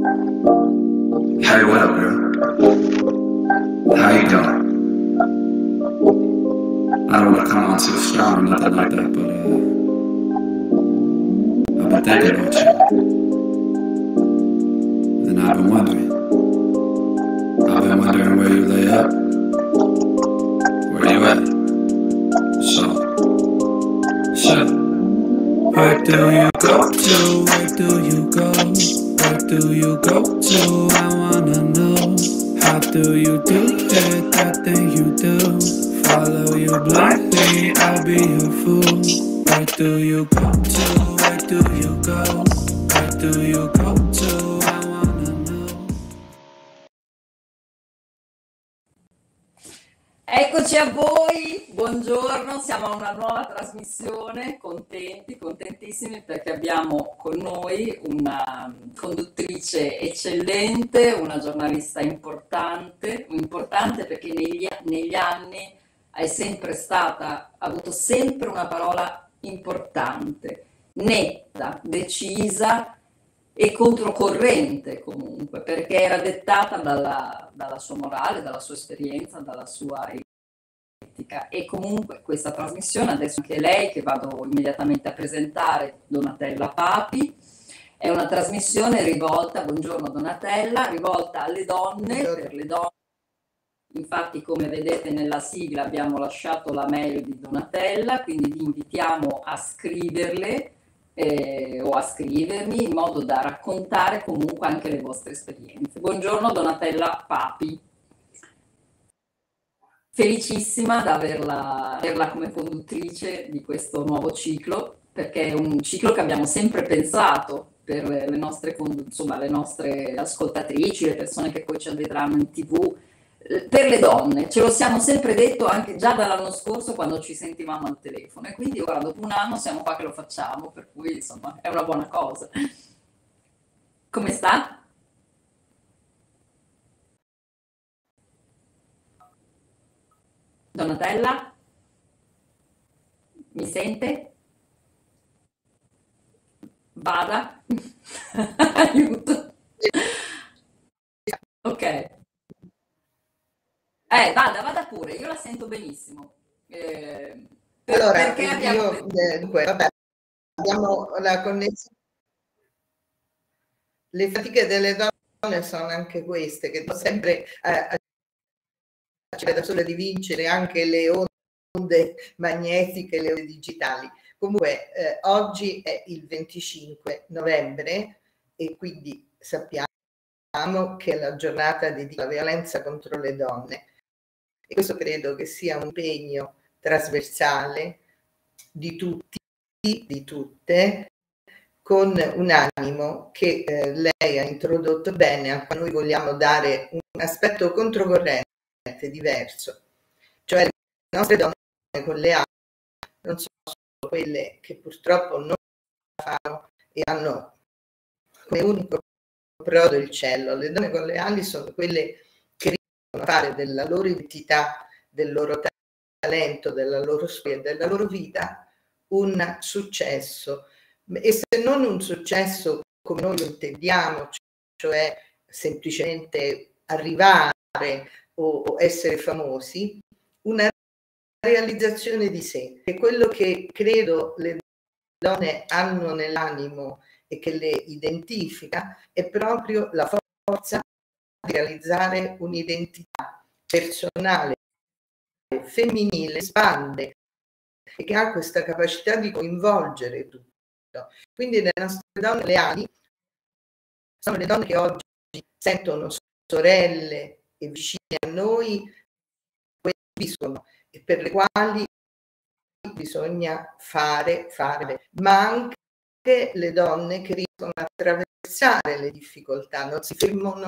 Hey, what up, girl? How you doing? I don't want to come on too strong or nothing like that, but I've been thinking about you. And I've been wondering where you lay up. Where you at? So, shit. Where do you go to? Where do you go? Where do you go to? I wanna know. How do you do it? That thing you do. Follow you blindly, I'll be your fool. Where do you go to? Where do you go? Where do you go to? I wanna know. Eccoci a voi, buongiorno, siamo a una nuova trasmissione, contentissimi perché abbiamo con noi una conduttrice eccellente, una giornalista importante perché negli anni ha avuto sempre una parola importante, netta, decisa e controcorrente comunque, perché era dettata dalla sua morale, dalla sua esperienza, dalla sua etica. E comunque questa trasmissione, adesso anche lei, che vado immediatamente a presentare, Donatella Papi, è una trasmissione rivolta, buongiorno Donatella, rivolta alle donne, per le donne. Infatti, come vedete nella sigla abbiamo lasciato la mail di Donatella, quindi vi invitiamo a scriverle o a scrivermi in modo da raccontare comunque anche le vostre esperienze. Buongiorno Donatella Papi, felicissima di averla come conduttrice di questo nuovo ciclo, perché è un ciclo che abbiamo sempre pensato per le nostre ascoltatrici, le persone che poi ci vedranno in TV, per le donne. Ce lo siamo sempre detto anche già dall'anno scorso quando ci sentivamo al telefono, e quindi ora dopo un anno siamo qua che lo facciamo, per cui insomma è una buona cosa. Come sta? Donatella? Mi sente? Vada? Aiuto. Ok. Vada pure, io la sento benissimo. Allora, dunque, vabbè, abbiamo la connessione. Le fatiche delle donne sono anche queste, che sono sempre da sole di vincere anche le onde magnetiche, le onde digitali. Comunque, oggi è il 25 novembre e quindi sappiamo che è la giornata dedicata alla violenza contro le donne. E questo credo che sia un impegno trasversale di tutti, di tutte, con un animo che lei ha introdotto bene, a cui noi vogliamo dare un aspetto controcorrente, diverso. Cioè le nostre donne con le armi non sono solo quelle che purtroppo non fanno e hanno come unico prodo il cielo. Le donne con le ali sono quelle che riescono a fare della loro identità, del loro talento, della loro storia, della loro vita un successo. E se non un successo come noi lo intendiamo, cioè semplicemente arrivare o essere famosi, una realizzazione di sé. E quello che credo le donne hanno nell'animo e che le identifica è proprio la forza di realizzare un'identità personale, femminile, espande e che ha questa capacità di coinvolgere tutto. Quindi le nostre donne leali sono le donne che oggi sentono sorelle e vicine a noi, capiscono e per le quali bisogna fare, ma anche le donne che riescono a attraversare le difficoltà, non si fermano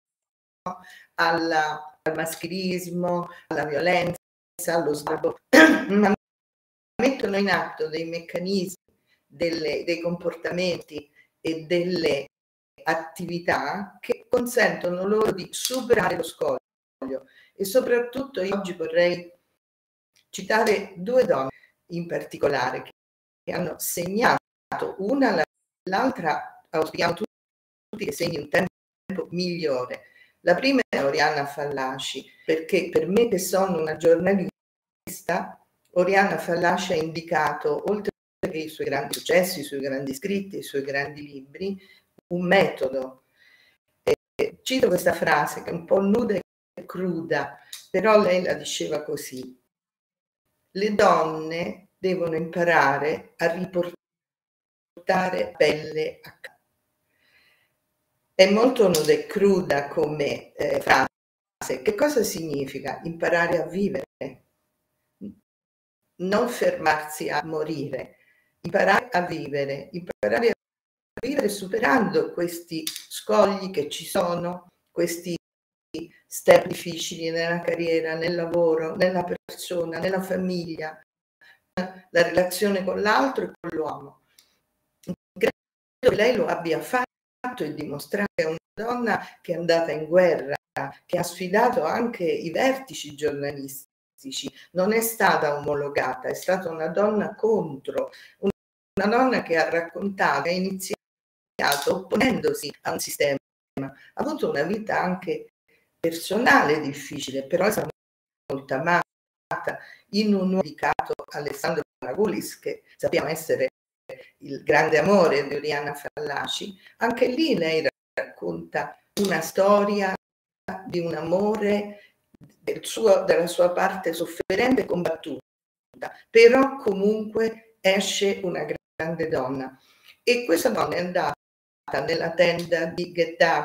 al maschilismo, alla violenza, allo sgarbo, ma mettono in atto dei meccanismi, dei comportamenti e delle attività che consentono loro di superare lo scoglio. E soprattutto io oggi vorrei citare due donne in particolare che hanno segnato, una l'altra, auspichiamo tutti che segni un tempo migliore. La prima è Oriana Fallaci, perché per me che sono una giornalista, Oriana Fallaci ha indicato, oltre che i suoi grandi successi, i suoi grandi scritti, i suoi grandi libri, un metodo. Cito questa frase che è un po' nuda e cruda, però lei la diceva così: le donne devono imparare a riportare pelle a casa. È molto nuda e cruda come frase. Che cosa significa? Imparare a vivere, non fermarsi a morire, imparare a vivere superando questi scogli che ci sono, questi step difficili nella carriera, nel lavoro, nella persona, nella famiglia, la relazione con l'altro e con l'uomo. Credo che lei lo abbia fatto e dimostrato. È una donna che è andata in guerra, che ha sfidato anche i vertici giornalistici, non è stata omologata, è stata una donna contro, una donna che ha raccontato, ha iniziato opponendosi a un sistema, ha avuto una vita anche personale difficile, però è stata molto amata in un uomo dedicato Alessandro Margulis, che sappiamo essere il grande amore di Oriana Fallaci. Anche lì lei racconta una storia di un amore della sua parte sofferente e combattuta, però comunque esce una grande donna. E questa donna è andata nella tenda di Gheddafi,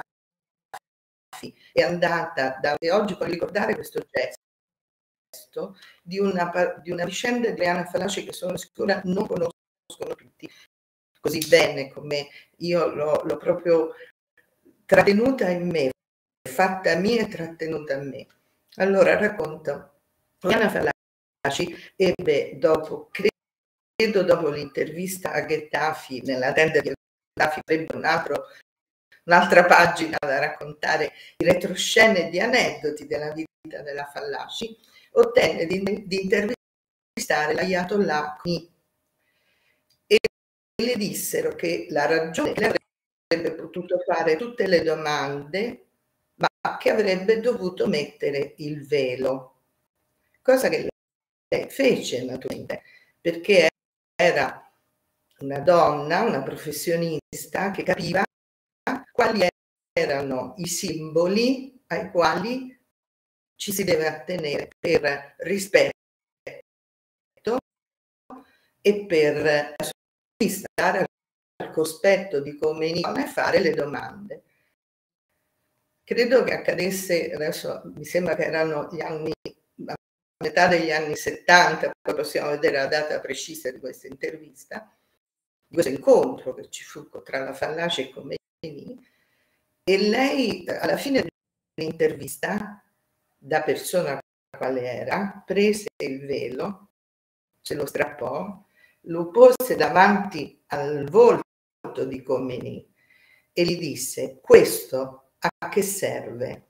è andata e oggi puoi ricordare questo gesto di una vicenda di Oriana Fallaci che sono sicura non conoscono tutti così bene come io l'ho proprio trattenuta in me, fatta mia e trattenuta in me. Allora racconto, Oriana Fallaci ebbe credo dopo l'intervista a Gheddafi, nella tenda di Gheddafi, ebbe un'altra pagina da raccontare di retroscene e di aneddoti della vita della Fallaci, ottenne di intervistare l'Ayatollah Khomeini e le dissero che la ragione che lei avrebbe potuto fare tutte le domande, ma che avrebbe dovuto mettere il velo, cosa che lei fece naturalmente, perché era una donna, una professionista che capiva quali erano i simboli ai quali ci si deve attenere per rispetto e per stare al cospetto di Khomeini e fare le domande. Credo che accadesse, adesso mi sembra che erano gli anni, a metà degli anni 70, poi possiamo vedere la data precisa di questa intervista, di questo incontro che ci fu tra la Fallaci e Khomeini, e lei alla fine dell'intervista, da persona quale era, prese il velo, se lo strappò, lo pose davanti al volto di Khomeini e gli disse: questo a che serve?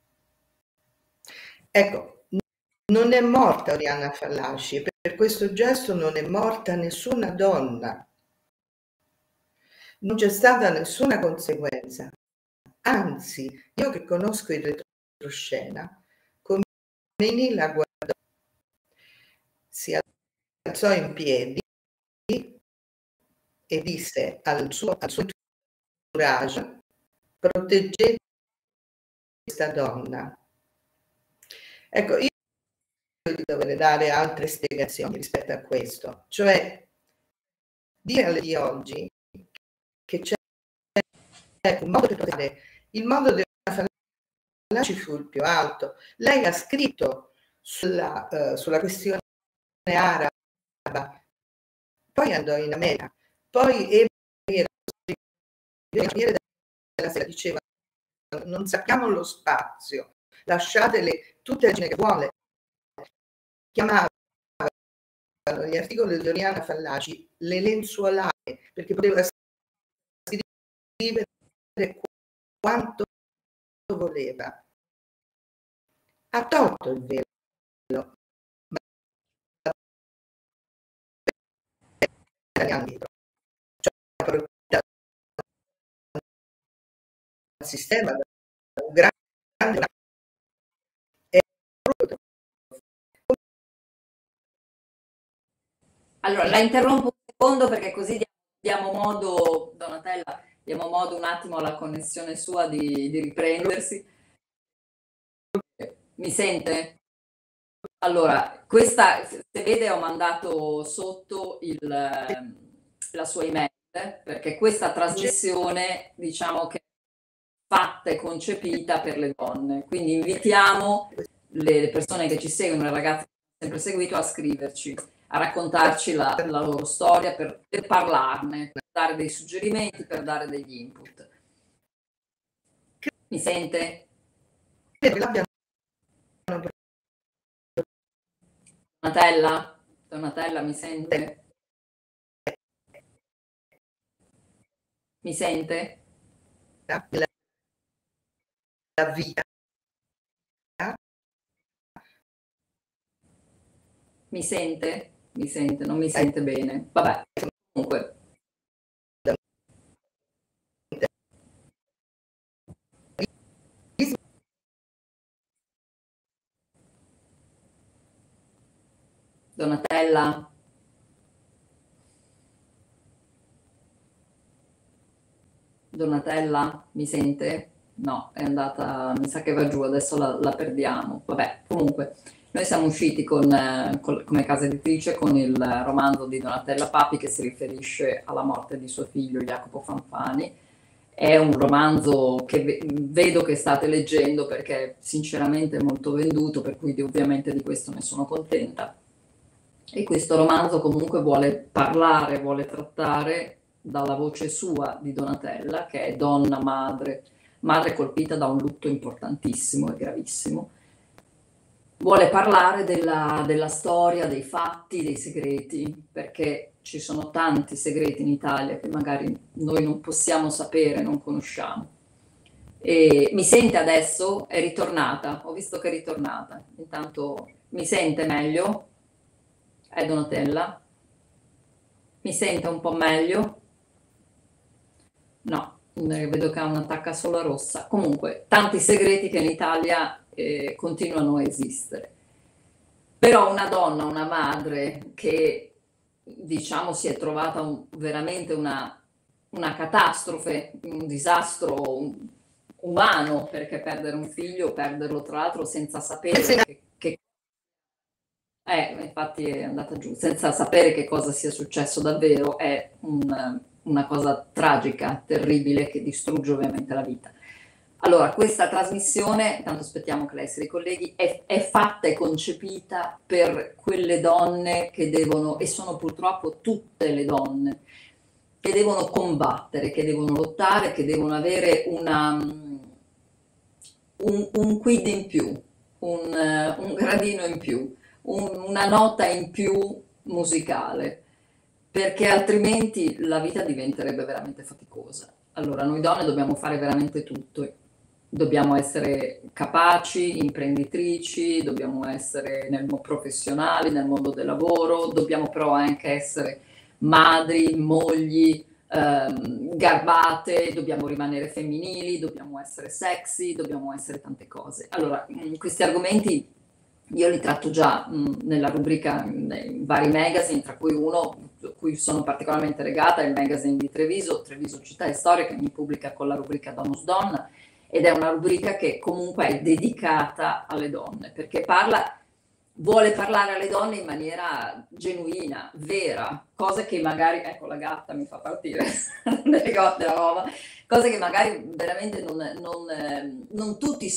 Ecco, non è morta Oriana Fallaci, per questo gesto non è morta nessuna donna, non c'è stata nessuna conseguenza. Anzi, io che conosco il retroscena, Khomeini la guardò, si alzò in piedi e disse al suo entourage: proteggete questa donna. Ecco, io di dover dare altre spiegazioni rispetto a questo, cioè dire di oggi che c'è un modo per proteggere, il modo di Fallaci fu il più alto. Lei ha scritto sulla questione araba, poi andò in America, poi ebbe della sera, diceva: non sappiamo lo spazio, lasciatele tutte le gente che vuole. Chiamavano gli articoli di Oriana Fallaci le lenzuolate, perché poteva scrivere quanto voleva. Ha tolto il velo, ma cioè, il sistema un grande è proprio. Allora, la interrompo un secondo perché così diamo modo, Donatella, diamo modo un attimo alla connessione sua di riprendersi. Mi sente? Allora, questa, se vede, ho mandato sotto la sua email, perché questa trasmissione, diciamo che è fatta e concepita per le donne. Quindi invitiamo le persone che ci seguono, le ragazze che hanno sempre seguito, a scriverci, a raccontarci la loro storia per parlarne, per dare dei suggerimenti, per dare degli input. Mi sente? Donatella, mi sente? Mi sente? La vita. Mi sente? Mi sente, non mi sente bene. Vabbè, comunque. Donatella? Donatella, mi sente? No, è andata, mi sa che va giù, adesso la perdiamo. Vabbè, comunque, noi siamo usciti come casa editrice con il romanzo di Donatella Papi che si riferisce alla morte di suo figlio Jacopo Fanfani. È un romanzo che vedo che state leggendo perché sinceramente è molto venduto, per cui ovviamente di questo ne sono contenta. E questo romanzo comunque vuole parlare, vuole trattare dalla voce sua di Donatella, che è donna, madre colpita da un lutto importantissimo e gravissimo. Vuole parlare della storia, dei fatti, dei segreti, perché ci sono tanti segreti in Italia che magari noi non possiamo sapere, non conosciamo. E mi sente adesso? È ritornata, ho visto che è ritornata. Intanto mi sente meglio? Donatella? Mi sente un po' meglio? No, vedo che ha un'attacca sola rossa. Comunque, tanti segreti che in Italia continuano a esistere. Però una donna, una madre che, diciamo, si è trovata veramente una catastrofe, un disastro umano, perché perdere un figlio, perderlo tra l'altro senza sapere che infatti è andata giù, senza sapere che cosa sia successo davvero, è una cosa tragica, terribile, che distrugge ovviamente la vita. Allora, questa trasmissione, tanto aspettiamo che lei si ricolleghi, è fatta e concepita per quelle donne che devono, e sono purtroppo tutte le donne, che devono combattere, che devono lottare, che devono avere un quid in più, un gradino in più, una nota in più musicale, perché altrimenti la vita diventerebbe veramente faticosa. Allora, noi donne dobbiamo fare veramente tutto, dobbiamo essere capaci, imprenditrici, dobbiamo essere professionali, nel mondo del lavoro, dobbiamo però anche essere madri, mogli, garbate, dobbiamo rimanere femminili, dobbiamo essere sexy, dobbiamo essere tante cose. Allora, questi argomenti io li tratto già nella rubrica, nei vari magazine, tra cui uno a cui sono particolarmente legata è il magazine di Treviso Città e Storia, che mi pubblica con la rubrica Domus Donna, ed è una rubrica che comunque è dedicata alle donne, perché vuole parlare alle donne in maniera genuina, vera, cose che magari, ecco la gatta mi fa partire delle gotte la roba, cose che magari veramente non tutti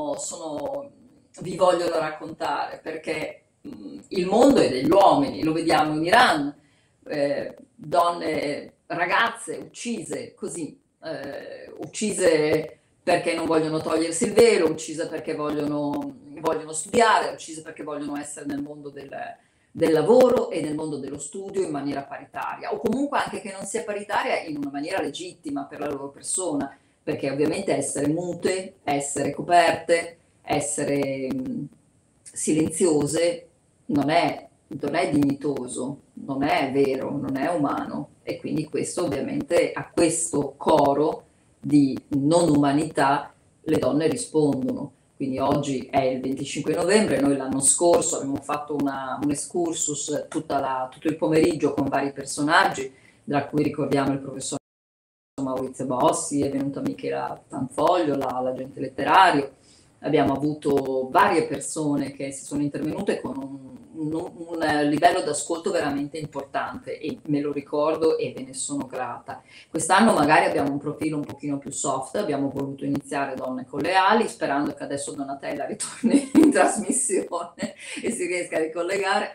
vi vogliono raccontare, perché il mondo è degli uomini, lo vediamo in Iran, donne, ragazze uccise così, uccise perché non vogliono togliersi il velo, uccise perché vogliono studiare, uccise perché vogliono essere nel mondo del lavoro e nel mondo dello studio in maniera paritaria, o comunque anche che non sia paritaria in una maniera legittima per la loro persona, perché ovviamente essere mute, essere coperte, essere silenziose non è dignitoso, non è vero, non è umano, e quindi questo ovviamente a questo coro di non umanità le donne rispondono. Quindi oggi è il 25 novembre, noi l'anno scorso abbiamo fatto un excursus tutto il pomeriggio con vari personaggi, tra cui ricordiamo il professor Maurizio Bossi, è venuta Michela Tanfoglio, l'agente letterario. Abbiamo avuto varie persone che si sono intervenute con un livello d'ascolto veramente importante, e me lo ricordo e ve ne sono grata. Quest'anno magari abbiamo un profilo un pochino più soft, abbiamo voluto iniziare Donne con le ali, sperando che adesso Donatella ritorni in trasmissione e si riesca a ricollegare.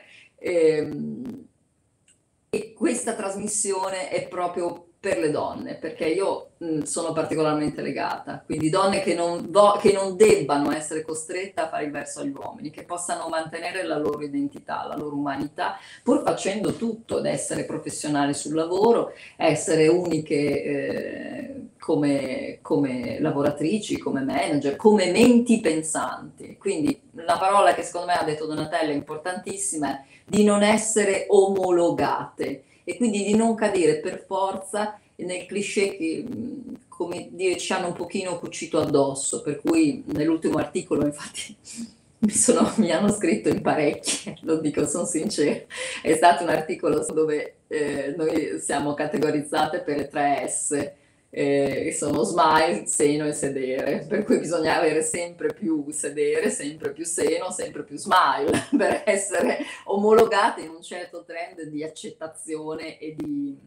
E questa trasmissione è proprio per le donne, perché io sono particolarmente legata, quindi donne che non debbano essere costrette a fare il verso agli uomini, che possano mantenere la loro identità, la loro umanità, pur facendo tutto, ad essere professionali sul lavoro, essere uniche come lavoratrici, come manager, come menti pensanti. Quindi la parola che secondo me ha detto Donatella è importantissima è di non essere omologate, e quindi di non cadere per forza nel cliché che, come dire, ci hanno un pochino cucito addosso, per cui nell'ultimo articolo infatti mi hanno scritto in parecchie, lo dico, sono sincera, è stato un articolo dove noi siamo categorizzate per le 3S, che sono smile, seno e sedere, per cui bisogna avere sempre più sedere, sempre più seno, sempre più smile per essere omologate in un certo trend di accettazione e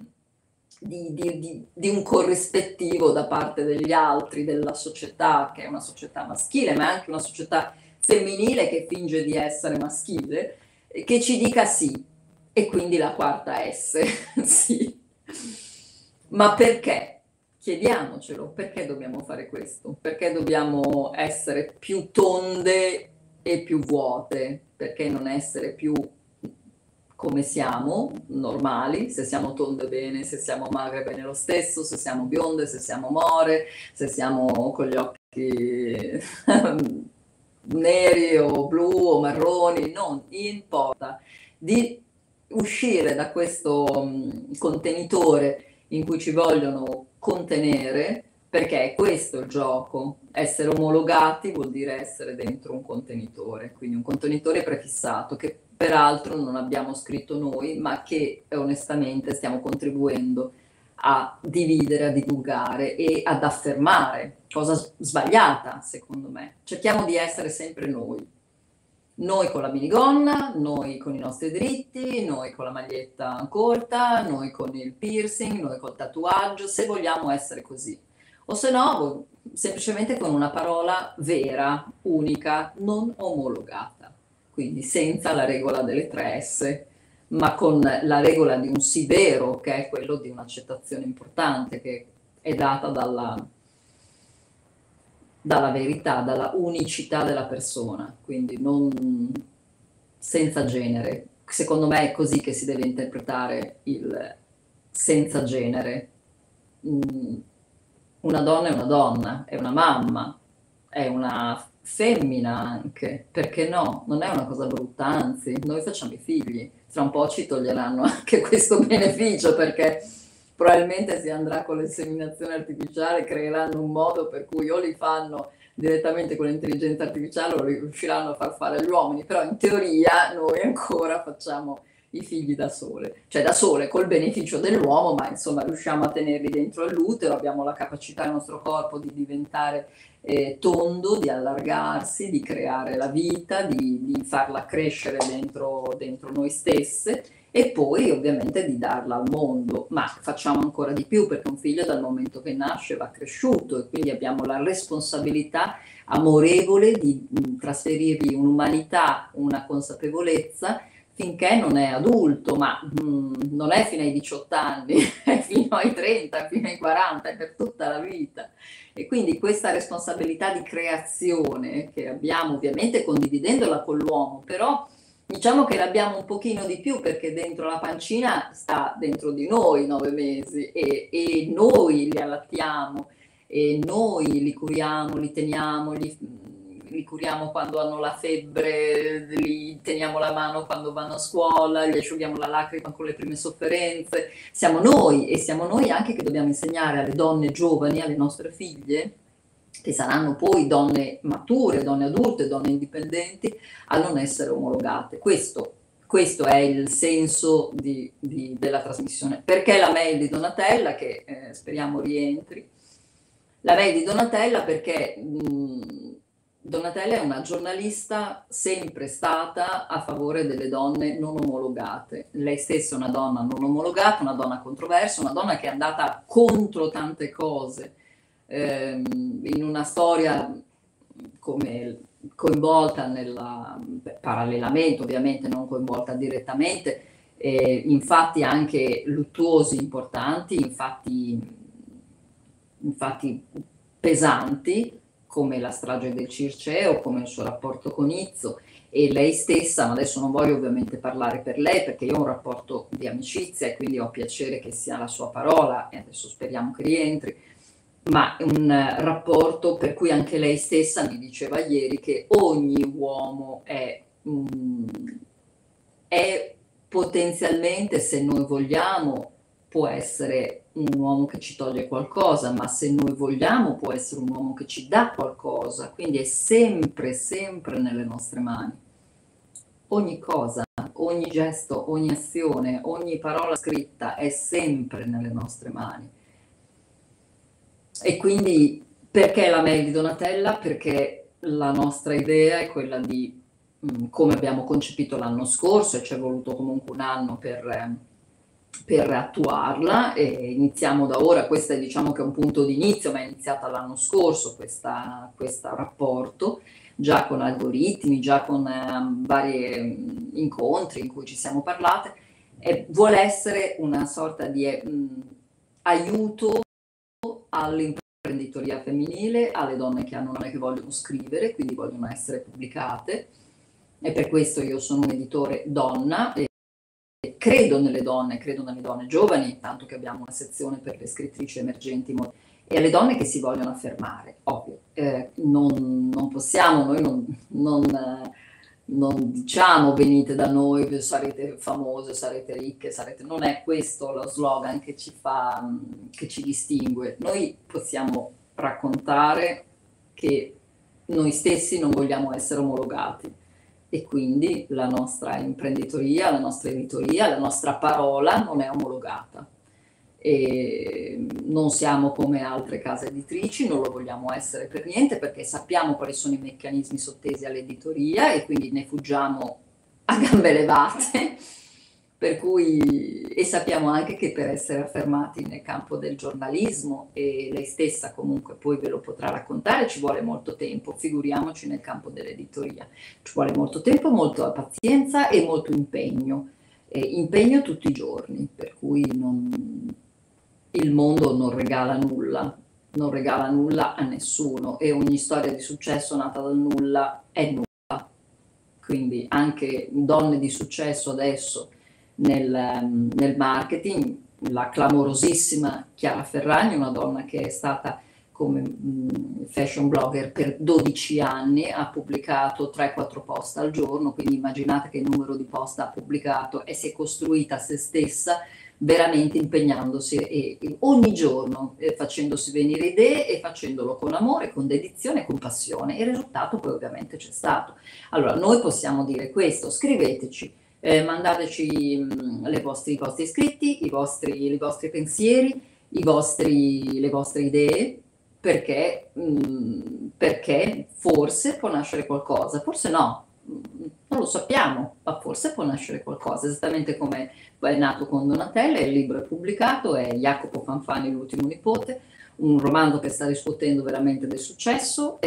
di un corrispettivo da parte degli altri, della società, che è una società maschile, ma è anche una società femminile che finge di essere maschile, che ci dica sì, e quindi la quarta S, sì. Ma perché? Chiediamocelo, perché dobbiamo fare questo? Perché dobbiamo essere più tonde e più vuote? Perché non essere più come siamo, normali? Se siamo tonde bene, se siamo magre bene lo stesso, se siamo bionde, se siamo more, se siamo con gli occhi neri o blu o marroni, non importa. Di uscire da questo contenitore in cui ci vogliono contenere, perché è questo il gioco. Essere omologati vuol dire essere dentro un contenitore, quindi un contenitore prefissato che peraltro non abbiamo scritto noi, ma che onestamente stiamo contribuendo a dividere, a divulgare e ad affermare, cosa sbagliata secondo me. Cerchiamo di essere sempre noi con la minigonna, noi con i nostri diritti, noi con la maglietta corta, noi con il piercing, noi col tatuaggio, se vogliamo essere così. O se no, semplicemente con una parola vera, unica, non omologata. Quindi senza la regola delle 3S, ma con la regola di un sì vero, che è quello di un'accettazione importante, che è data dalla verità, dalla unicità della persona, quindi non senza genere. Secondo me è così che si deve interpretare il senza genere. Una donna è una donna, è una mamma, è una femmina anche, perché no? Non è una cosa brutta, anzi, noi facciamo i figli, tra un po' ci toglieranno anche questo beneficio, perché probabilmente si andrà con l'inseminazione artificiale, creeranno un modo per cui o li fanno direttamente con l'intelligenza artificiale o riusciranno a far fare agli uomini, però in teoria noi ancora facciamo i figli da sole, cioè da sole col beneficio dell'uomo, ma insomma riusciamo a tenerli dentro l'utero, abbiamo la capacità del nostro corpo di diventare tondo, di allargarsi, di creare la vita, di farla crescere dentro noi stesse, e poi ovviamente di darla al mondo, ma facciamo ancora di più, perché un figlio dal momento che nasce va cresciuto, e quindi abbiamo la responsabilità amorevole di trasferirgli un'umanità, una consapevolezza finché non è adulto, ma non è fino ai 18 anni, è fino ai 30, fino ai 40, è per tutta la vita. E quindi questa responsabilità di creazione che abbiamo, ovviamente condividendola con l'uomo, però diciamo che l'abbiamo un pochino di più, perché dentro la pancina sta dentro di noi 9 mesi, e noi li allattiamo, e noi li curiamo, li teniamo, li curiamo quando hanno la febbre, li teniamo la mano quando vanno a scuola, gli asciughiamo la lacrima con le prime sofferenze. Siamo noi, e siamo noi anche che dobbiamo insegnare alle donne giovani, alle nostre figlie, che saranno poi donne mature, donne adulte, donne indipendenti, a non essere omologate. Questo è il senso della trasmissione. Perché la mail di Donatella, che speriamo rientri? La mail di Donatella perché Donatella è una giornalista sempre stata a favore delle donne non omologate. Lei stessa è una donna non omologata, una donna controversa, una donna che è andata contro tante cose, in una storia come coinvolta parallelamente, ovviamente non coinvolta direttamente, infatti anche luttuosi importanti, infatti pesanti, come la strage del Circeo, come il suo rapporto con Izzo, e lei stessa, ma adesso non voglio ovviamente parlare per lei perché io ho un rapporto di amicizia e quindi ho piacere che sia la sua parola, e adesso speriamo che rientri, ma un rapporto per cui anche lei stessa mi diceva ieri che ogni uomo è potenzialmente, se noi vogliamo, può essere un uomo che ci toglie qualcosa, ma se noi vogliamo può essere un uomo che ci dà qualcosa, quindi è sempre, sempre nelle nostre mani. Ogni cosa, ogni gesto, ogni azione, ogni parola scritta è sempre nelle nostre mani. E quindi perché la mail di Donatella? Perché la nostra idea è quella di, come abbiamo concepito l'anno scorso, e ci è voluto comunque un anno per attuarla, e iniziamo da ora. Questo è, diciamo che è un punto di inizio, ma è iniziata l'anno scorso questo rapporto, già con algoritmi, già con vari incontri in cui ci siamo parlate, e vuole essere una sorta di aiuto all'imprenditoria femminile, alle donne che hanno nome, che vogliono scrivere, quindi vogliono essere pubblicate, e per questo io sono un editore donna e credo nelle donne giovani, tanto che abbiamo una sezione per le scrittrici emergenti, e alle donne che si vogliono affermare, ovvio. Non possiamo, noi non diciamo venite da noi, sarete famose, sarete ricche, non è questo lo slogan che ci distingue. Noi possiamo raccontare che noi stessi non vogliamo essere omologati, e quindi la nostra imprenditoria, la nostra editoria, la nostra parola non è omologata. E non siamo come altre case editrici, non lo vogliamo essere per niente, perché sappiamo quali sono i meccanismi sottesi all'editoria e quindi ne fuggiamo a gambe levate, e sappiamo anche che per essere affermati nel campo del giornalismo, e lei stessa comunque poi ve lo potrà raccontare, ci vuole molto tempo, figuriamoci nel campo dell'editoria, ci vuole molto tempo, molta pazienza e molto impegno. Impegno tutti i giorni, per cui il mondo non regala nulla a nessuno, e ogni storia di successo nata dal nulla è nulla. Quindi anche donne di successo adesso nel marketing, la clamorosissima Chiara Ferragni, una donna che è stata come fashion blogger per 12 anni, ha pubblicato 3-4 post al giorno, quindi immaginate che numero di post ha pubblicato, e si è costruita se stessa veramente impegnandosi e ogni giorno facendosi venire idee e facendolo con amore, con dedizione e con passione, e il risultato poi ovviamente c'è stato. Allora noi possiamo dire questo: scriveteci, mandateci i vostri scritti, i vostri pensieri, le vostre idee, perché forse può nascere qualcosa, forse no, non lo sappiamo, ma forse può nascere qualcosa, esattamente come è nato con Donatella. Il libro è pubblicato, è Jacopo Fanfani, l'ultimo nipote, un romanzo che sta riscuotendo veramente del successo,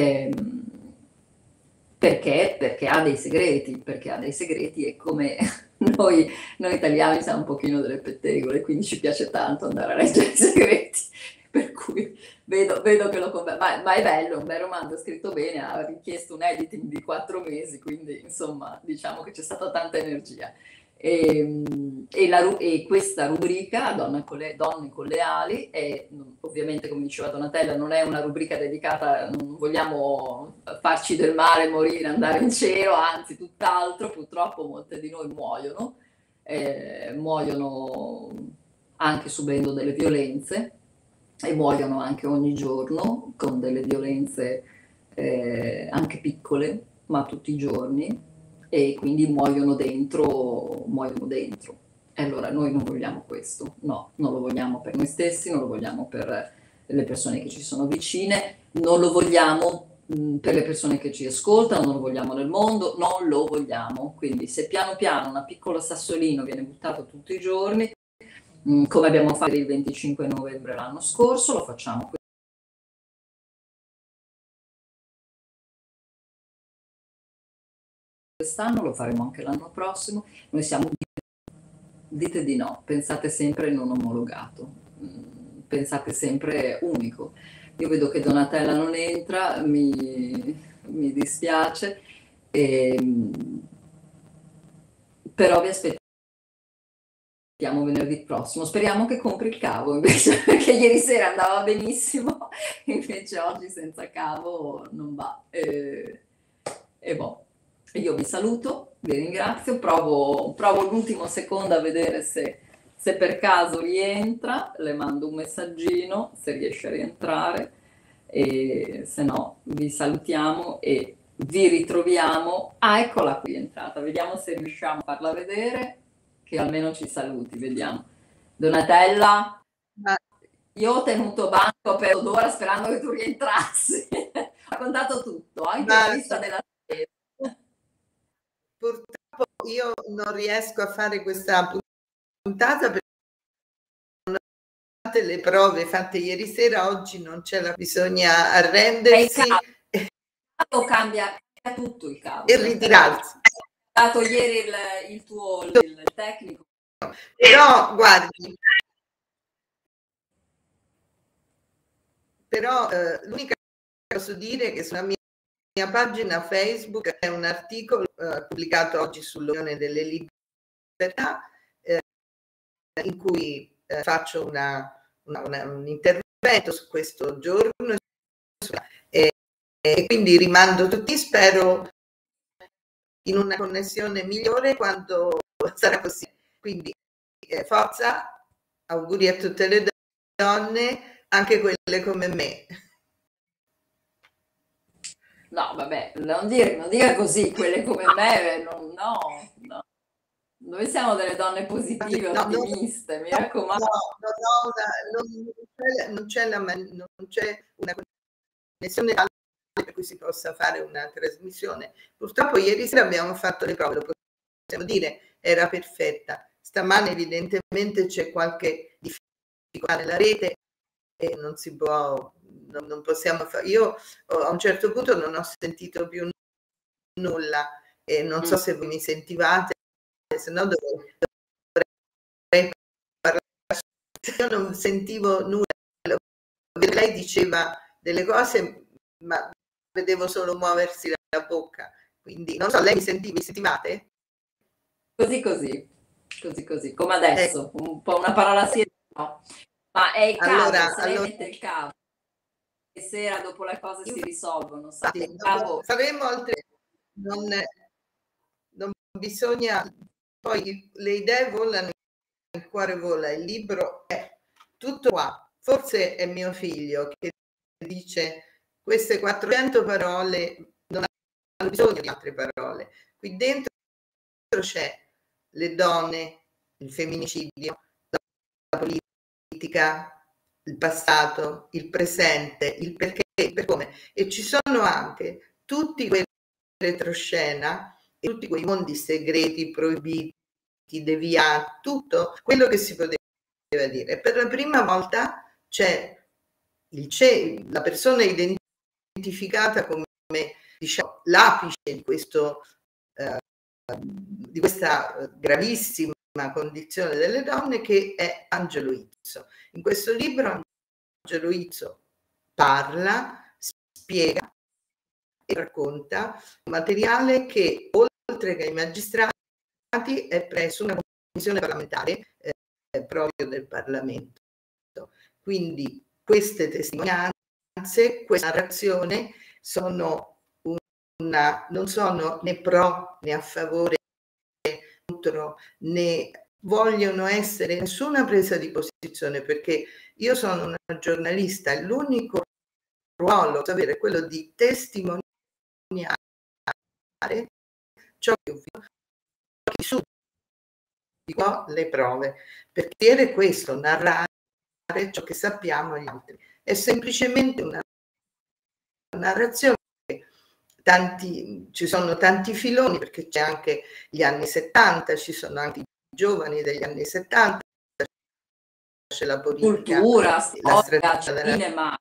perché ha dei segreti, e come noi italiani siamo un pochino delle pettegole, quindi ci piace tanto andare a leggere i segreti, per cui vedo che ma è bello, un bel romanzo, scritto bene, ha richiesto un editing di 4 mesi, quindi insomma diciamo che c'è stata tanta energia. E questa rubrica, Donne con le ali, è ovviamente, come diceva Donatella, non è una rubrica dedicata, non vogliamo farci del male, morire, andare in cielo, anzi tutt'altro. Purtroppo molte di noi muoiono anche subendo delle violenze, e muoiono anche ogni giorno con delle violenze anche piccole, ma tutti i giorni, e quindi muoiono dentro, muoiono dentro. E allora noi non vogliamo questo, no, non lo vogliamo per noi stessi, non lo vogliamo per le persone che ci sono vicine, non lo vogliamo per le persone che ci ascoltano, non lo vogliamo nel mondo, non lo vogliamo. Quindi se piano piano un piccolo sassolino viene buttato tutti i giorni, come abbiamo fatto il 25 novembre l'anno scorso, lo facciamo quest'anno, lo faremo anche l'anno prossimo. Noi siamo, dite di no, pensate sempre non omologato, pensate sempre unico. Io vedo che Donatella non entra, mi dispiace, però vi aspettiamo venerdì prossimo. Speriamo che compri il cavo invece, perché ieri sera andava benissimo, invece oggi senza cavo non va. E boh. Io vi saluto, vi ringrazio, provo l'ultimo secondo a vedere se per caso rientra, le mando un messaggino se riesce a rientrare, e se no vi salutiamo e vi ritroviamo. Ah, eccola qui, è entrata, vediamo se riusciamo a farla vedere, che almeno ci saluti, vediamo. Donatella, io ho tenuto banco per un'ora sperando che tu rientrassi, ho raccontato tutto, anche la lista della sera. Purtroppo io non riesco a fare questa puntata perché non ho fatte le prove fatte ieri sera, oggi non c'è la, bisogna arrendersi il cavo cambia tutto, il cavo e ritirarsi. Ho dato ieri il tecnico, però guardi, però l'unica che posso dire è che sulla mia pagina Facebook è un articolo pubblicato oggi sull'Unione delle Libertà in cui faccio un intervento su questo giorno e quindi rimando tutti, spero in una connessione migliore quando sarà possibile. Quindi forza, auguri a tutte le donne, anche quelle come me. No, vabbè, non dire così, quelle come me, no. Noi siamo delle donne positive, ottimiste, mi raccomando. Non c'è una connessione tale per cui si possa fare una trasmissione. Purtroppo ieri sera abbiamo fatto le prove, lo possiamo dire, era perfetta. Stamane evidentemente c'è qualche difficoltà nella rete e non si può, non possiamo fare. Io a un certo punto non ho sentito più nulla e non so se voi mi sentivate, se no dovrei parlare. Io non sentivo nulla, lei diceva delle cose ma vedevo solo muoversi la bocca, quindi non so, lei mi sentivate? Così, come adesso, un po' una parola sì, no. Ma è il cavo, allora, il cavo. E sera dopo le cose si risolvono, faremo altre, non bisogna, poi le idee volano, il cuore vola, il libro è tutto qua. Forse è mio figlio che dice queste 400 parole non hanno bisogno di altre parole. Qui dentro c'è le donne, il femminicidio, la politica, il passato, il presente, il perché, il per come, e ci sono anche tutti quei retroscena e tutti quei mondi segreti, proibiti, deviati, tutto quello che si poteva dire. Per la prima volta c'è la persona identificata come, diciamo, l'apice di questo di questa gravissima condizione delle donne, che è Angelo Izzo. In questo libro Angelo Izzo parla, spiega e racconta un materiale che, oltre che ai magistrati, è presso una commissione parlamentare proprio del Parlamento. Quindi queste testimonianze, questa narrazione non sono né pro né a favore, contro, né vogliono essere nessuna presa di posizione, perché io sono una giornalista e l'unico ruolo da avere è quello di testimoniare ciò che ho visto, ciò che ho le prove, perché è questo, narrare ciò che sappiamo agli altri. È semplicemente una narrazione. Ci sono tanti filoni, perché c'è anche gli anni 70, ci sono anche i giovani degli anni 70, c'è la politica, cultura, storia, la cinema,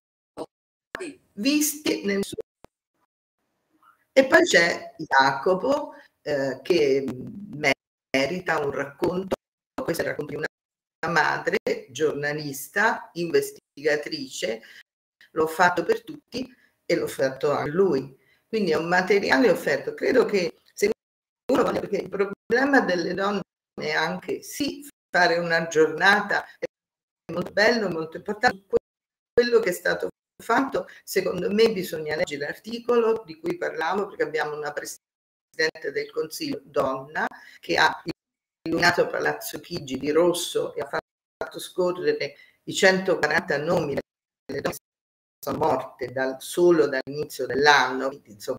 visti nel suo. E poi c'è Jacopo che merita un racconto, questo è il racconto di una madre, giornalista, investigatrice, l'ho fatto per tutti e l'ho fatto a lui. Quindi è un materiale offerto. Credo che se uno vuole, perché il problema delle donne è anche sì fare una giornata, è molto bello, molto importante. Quello che è stato fatto, secondo me bisogna leggere l'articolo di cui parlavo, perché abbiamo una Presidente del Consiglio donna che ha illuminato Palazzo Chigi di rosso e ha fatto scorrere i 140 nomi delle donne che sono morte solo dall'inizio dell'anno, quindi insomma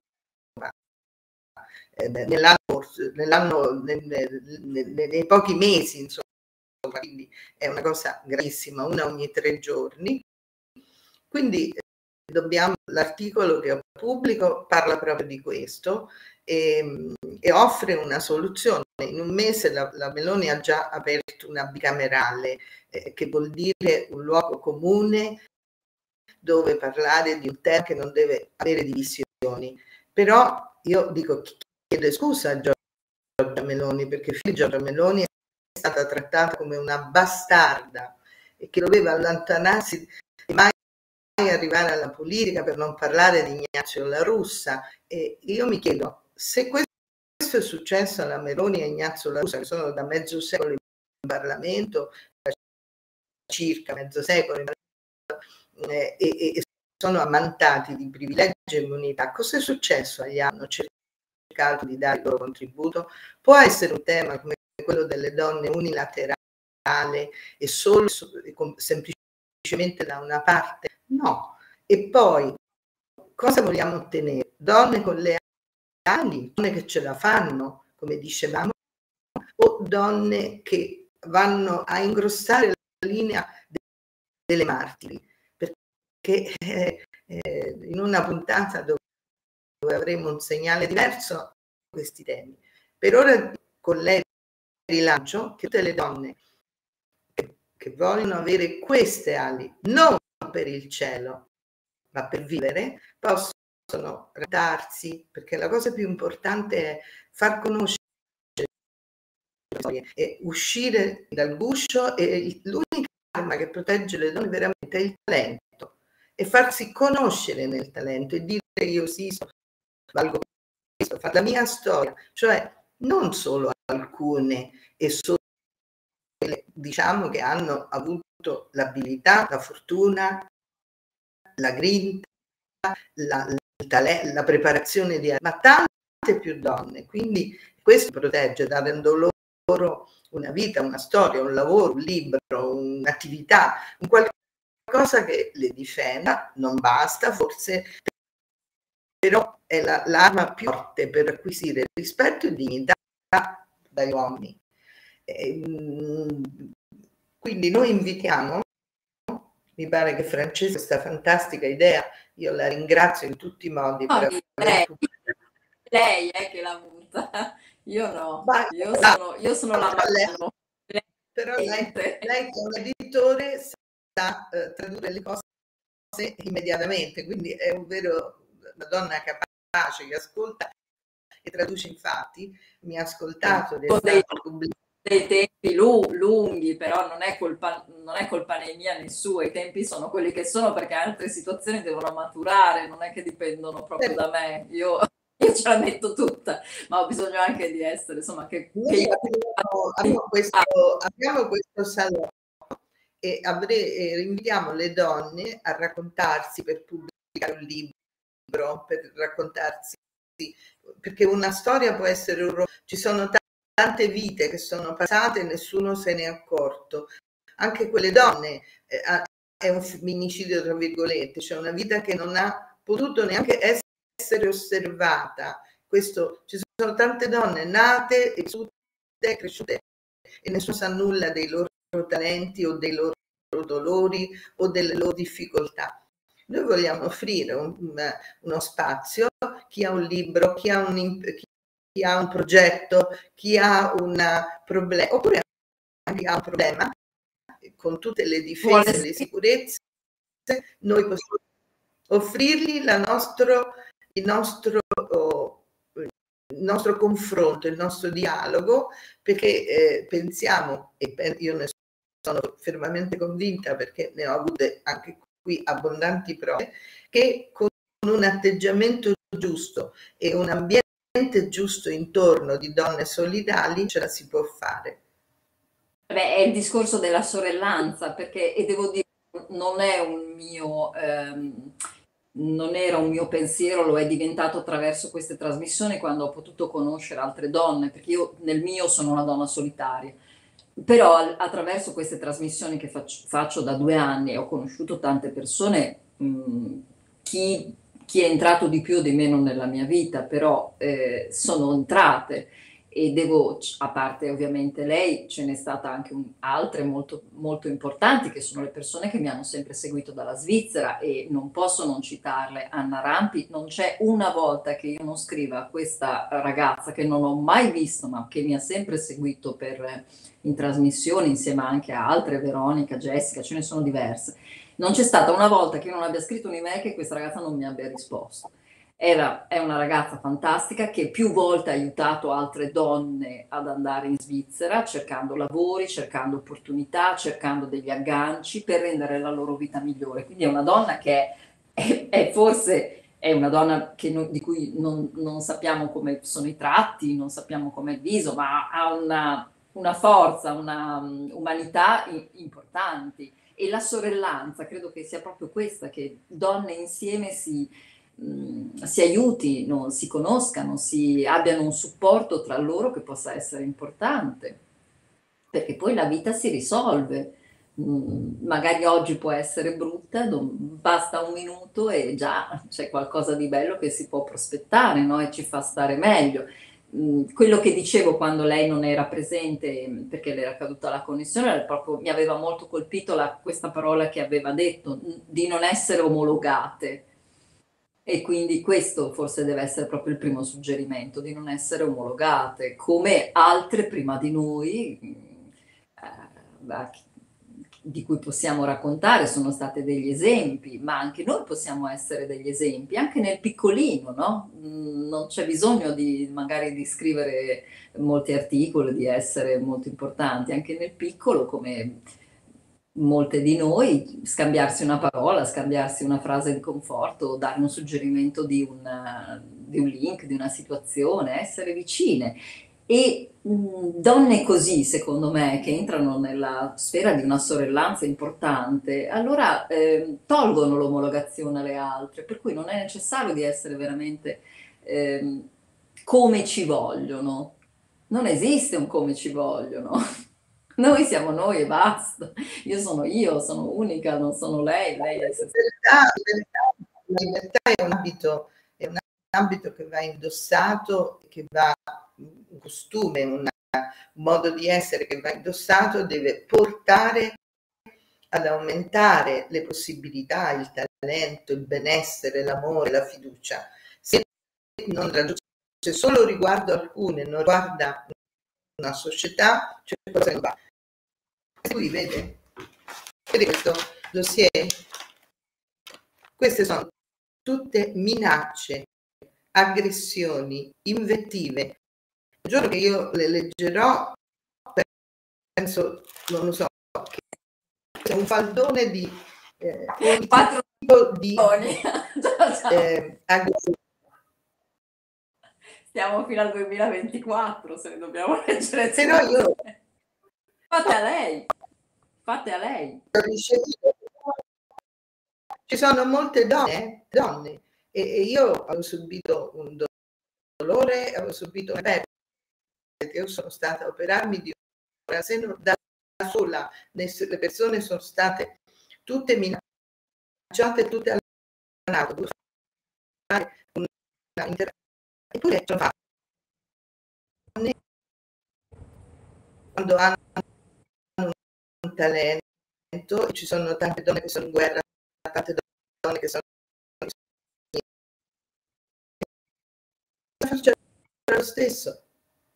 nei pochi mesi, insomma, quindi è una cosa gravissima, una ogni 3 giorni. Quindi l'articolo che pubblico parla proprio di questo e offre una soluzione. In un mese la Meloni ha già aperto una bicamerale, che vuol dire un luogo comune dove parlare di un tema che non deve avere divisioni. Però io dico, chiedo scusa a Giorgia Meloni, perché Giorgia Meloni è stata trattata come una bastarda e che doveva allontanarsi e mai arrivare alla politica, per non parlare di Ignazio La Russa. E io mi chiedo, se questo è successo alla Meloni e Ignazio La Russa, che sono da mezzo secolo in Parlamento, circa mezzo secolo in Parlamento, e sono ammantati di privilegi e immunità, cosa è successo agli anni? Hanno cercato di dare il loro contributo? Può essere un tema come quello delle donne unilaterale e solo semplicemente da una parte? No. E poi cosa vogliamo ottenere? Donne con le ali, donne che ce la fanno, come dicevamo, o donne che vanno a ingrossare la linea delle martiri? Perché in una puntata dove avremo un segnale diverso questi temi. Per ora con lei rilancio che tutte le donne che vogliono avere queste ali, non per il cielo, ma per vivere, possono rattarsi, perché la cosa più importante è far conoscere le storie e uscire dal guscio, e l'unica arma che protegge le donne veramente è il talento, e farsi conoscere nel talento e dire io sì, valgo questo, fare la mia storia, cioè non solo alcune e solo quelle, diciamo, che hanno avuto l'abilità, la fortuna, la grinta, la preparazione ma tante più donne. Quindi questo protegge, dando loro una vita, una storia, un lavoro, un libro, un'attività, un qualcosa che le difenda. Non basta, forse, però è l'arma più forte per acquisire rispetto e dignità dagli uomini. Quindi noi invitiamo, mi pare che Francesca questa fantastica idea, io la ringrazio in tutti i modi. No, lei è che l'ha avuta, io no, io sono la mano. Però lei che è un editore sa tradurre le cose immediatamente, quindi è una donna capace che ascolta e traduce. Infatti mi ha ascoltato dei tempi lunghi, però non è colpa né mia né sua, i tempi sono quelli che sono, perché altre situazioni devono maturare, non è che dipendono proprio da me, io ce la metto tutta, ma ho bisogno anche di essere, insomma, abbiamo questo salone e invitiamo le donne a raccontarsi, per pubblicare un libro, per raccontarsi, perché una storia può essere ci sono tante vite che sono passate e nessuno se ne è accorto. anche quelle donne, è un femminicidio tra virgolette, cioè una vita che non ha potuto neanche essere osservata. Questo, ci sono tante donne nate, cresciute e nessuno sa nulla dei loro talenti o dei loro dolori o delle loro difficoltà. Noi vogliamo offrire uno spazio, chi ha un libro, chi ha un progetto, chi ha un problema, oppure anche ha un problema, con tutte le difese e le sicurezze, noi possiamo offrirgli il nostro confronto, il nostro dialogo, perché pensiamo, e io ne sono fermamente convinta perché ne ho avute anche qui abbondanti prove, che con un atteggiamento giusto e un ambiente giusto intorno di donne solidali ce la si può fare. Beh, è il discorso della sorellanza, perché, e devo dire, non è un mio, non era un mio pensiero, lo è diventato attraverso queste trasmissioni quando ho potuto conoscere altre donne, perché io nel mio sono una donna solitaria. Però attraverso queste trasmissioni che faccio da 2 anni ho conosciuto tante persone, chi è entrato di più o di meno nella mia vita, però sono entrate, e devo, a parte ovviamente lei, ce n'è stata anche altre molto, molto importanti, che sono le persone che mi hanno sempre seguito dalla Svizzera, e non posso non citarle. Anna Rampi, non c'è una volta che io non scriva a questa ragazza che non ho mai visto, ma che mi ha sempre seguito in trasmissione, insieme anche a altre, Veronica, Jessica, ce ne sono diverse. Non c'è stata una volta che io non abbia scritto un'email che questa ragazza non mi abbia risposto. È una ragazza fantastica che più volte ha aiutato altre donne ad andare in Svizzera, cercando lavori, cercando opportunità, cercando degli agganci per rendere la loro vita migliore. Quindi è una donna che forse è una donna di cui non sappiamo come sono i tratti, non sappiamo com'è il viso, ma ha una forza, una umanità importanti. E la sorellanza, credo che sia proprio questa, che donne insieme si aiutino, si conoscano, abbiano un supporto tra loro che possa essere importante, perché poi la vita si risolve. Magari oggi può essere brutta, basta un minuto e già c'è qualcosa di bello che si può prospettare, no? E ci fa stare meglio. Quello che dicevo quando lei non era presente, perché le era caduta la connessione, mi aveva molto colpito questa parola che aveva detto, di non essere omologate. E quindi questo forse deve essere proprio il primo suggerimento, di non essere omologate, come altre prima di noi, di cui possiamo raccontare, sono state degli esempi, ma anche noi possiamo essere degli esempi, anche nel piccolino, no? Non c'è bisogno magari di scrivere molti articoli, di essere molto importanti, anche nel piccolo, come molte di noi, scambiarsi una parola, scambiarsi una frase di conforto, dare un suggerimento di un link, di una situazione, essere vicine. E donne così, secondo me, che entrano nella sfera di una sorellanza importante, allora tolgono l'omologazione alle altre, per cui non è necessario di essere veramente come ci vogliono. Non esiste un come ci vogliono. Noi siamo noi e basta. Io, sono unica, non sono lei è se stessa. La libertà è un abito che va indossato, che va un costume, un modo di essere che va indossato, deve portare ad aumentare le possibilità, il talento, il benessere, l'amore, la fiducia. Se non raggiunge solo riguardo alcune, non riguarda una società, c'è qualcosa che non va. Qui vede questo dossier? Queste sono tutte minacce, aggressioni, invettive. Il giorno che io le leggerò, penso, non lo so, che è un faldone di quattro di aggressioni. Stiamo fino al 2024, se ne dobbiamo leggere. Però io... Fate a lei. Ci sono molte donne e io ho subito un dolore, ho subito una perdita. Io sono stata a operarmi di un seno da sola, le persone sono state tutte minacciate, tutte all'auto, eppure sono fatte. Quando hanno un talento, e ci sono tante donne che sono in guerra, tante donne che sono succede lo stesso.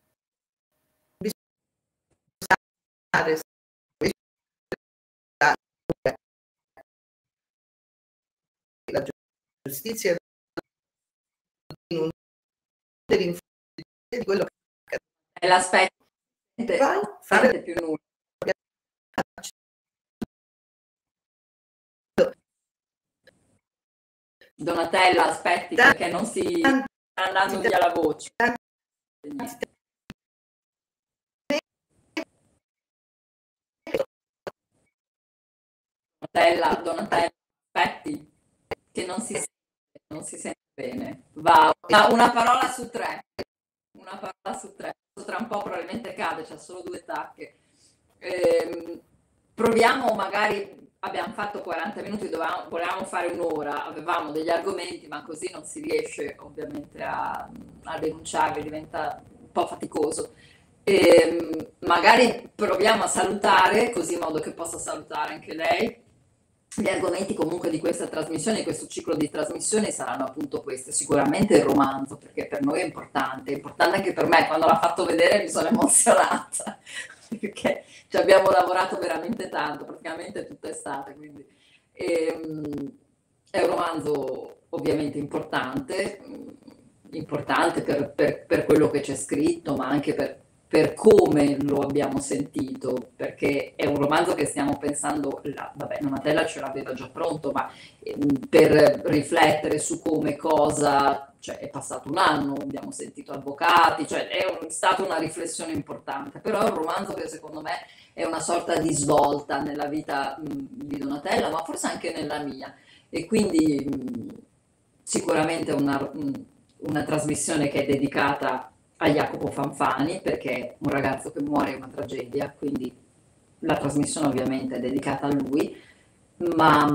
La giustizia di quello che è l'aspetto fare più nulla. Donatella, aspetti perché non si sta andando via la voce. Donatella, aspetti che non si sente bene. Va, una parola su tre. Una parola su tre. Tra un po' probabilmente cade, c'ha solo 2 tacche. Proviamo, magari abbiamo fatto 40 minuti, volevamo fare un'ora, avevamo degli argomenti, ma così non si riesce ovviamente a denunciarli, diventa un po' faticoso. Magari proviamo a salutare, così in modo che possa salutare anche lei. Gli argomenti comunque di questa trasmissione, di questo ciclo di trasmissioni saranno appunto questi, sicuramente il romanzo, perché per noi è importante anche per me. Quando l'ha fatto vedere mi sono emozionata, perché ci abbiamo lavorato veramente tanto, praticamente tutta estate, quindi è un romanzo ovviamente importante per quello che c'è scritto, ma anche per come lo abbiamo sentito, perché è un romanzo che stiamo pensando, vabbè, Donatella ce l'aveva già pronto, ma per riflettere su come cosa, cioè è passato un anno, abbiamo sentito avvocati, cioè è stata una riflessione importante, però è un romanzo che secondo me è una sorta di svolta nella vita di Donatella, ma forse anche nella mia, e quindi sicuramente una trasmissione che è dedicata a Jacopo Fanfani, perché è un ragazzo che muore in una tragedia, quindi la trasmissione ovviamente è dedicata a lui, ma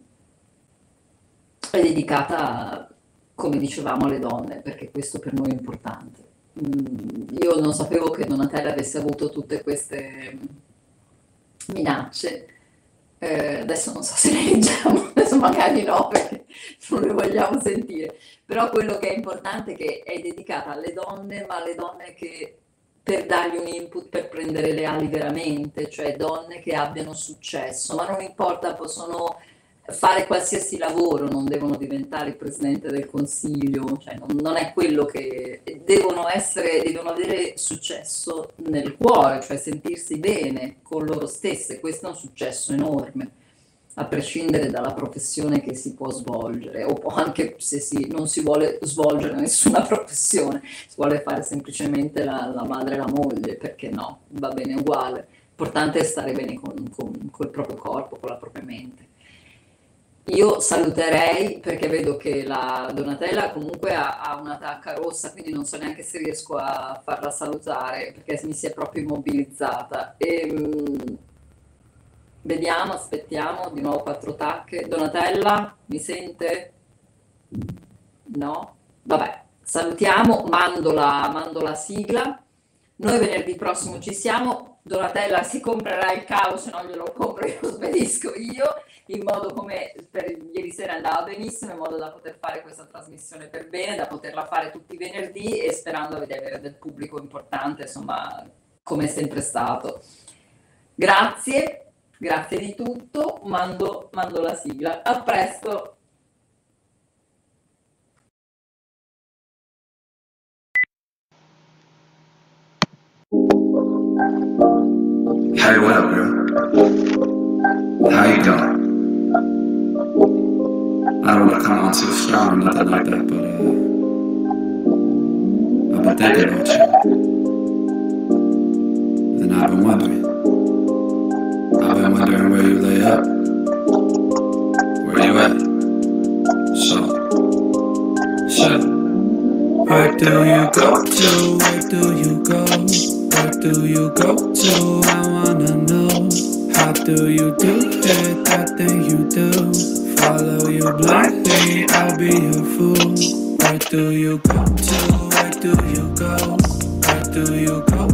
è dedicata, come dicevamo, alle donne, perché questo per noi è importante. Io non sapevo che Donatella avesse avuto tutte queste minacce, adesso non so se le leggiamo, adesso magari no, perché non le vogliamo sentire, però quello che è importante è che è dedicata alle donne, ma alle donne che, per dargli un input per prendere le ali veramente, cioè donne che abbiano successo, ma non importa, possono fare qualsiasi lavoro, non devono diventare il presidente del consiglio, cioè non è quello che devono avere successo nel cuore, cioè sentirsi bene con loro stesse. Questo è un successo enorme, a prescindere dalla professione che si può svolgere, o anche se non si vuole svolgere nessuna professione, si vuole fare semplicemente la madre e la moglie, perché no, va bene uguale. L'importante è stare bene col proprio corpo, con la propria mente. Io saluterei, perché vedo che la Donatella comunque ha una tacca rossa, quindi non so neanche se riesco a farla salutare, perché mi si è proprio immobilizzata. Vediamo, aspettiamo, di nuovo 4 tacche. Donatella, mi sente? No? Vabbè, salutiamo, mando la sigla. Noi venerdì prossimo ci siamo. Donatella si comprerà il cavo, se no glielo compro io, lo spedisco io, in modo come per ieri sera andava benissimo, in modo da poter fare questa trasmissione per bene, da poterla fare tutti i venerdì, e sperando di avere del pubblico importante, insomma, come è sempre stato. Grazie di tutto, mando la sigla. A presto! Hey, what up, girl? How you doing? I don't want to come on too strong or nothing like that, but I've been thinking about you. And I've been wondering where you lay up. Where you at? So, Where do you go to? Where do you go? Where do you go to? I wanna know. How do you do it? That thing you do. Follow you blindly, I'll be your fool. Where do you go to? Where do you go? Where do you go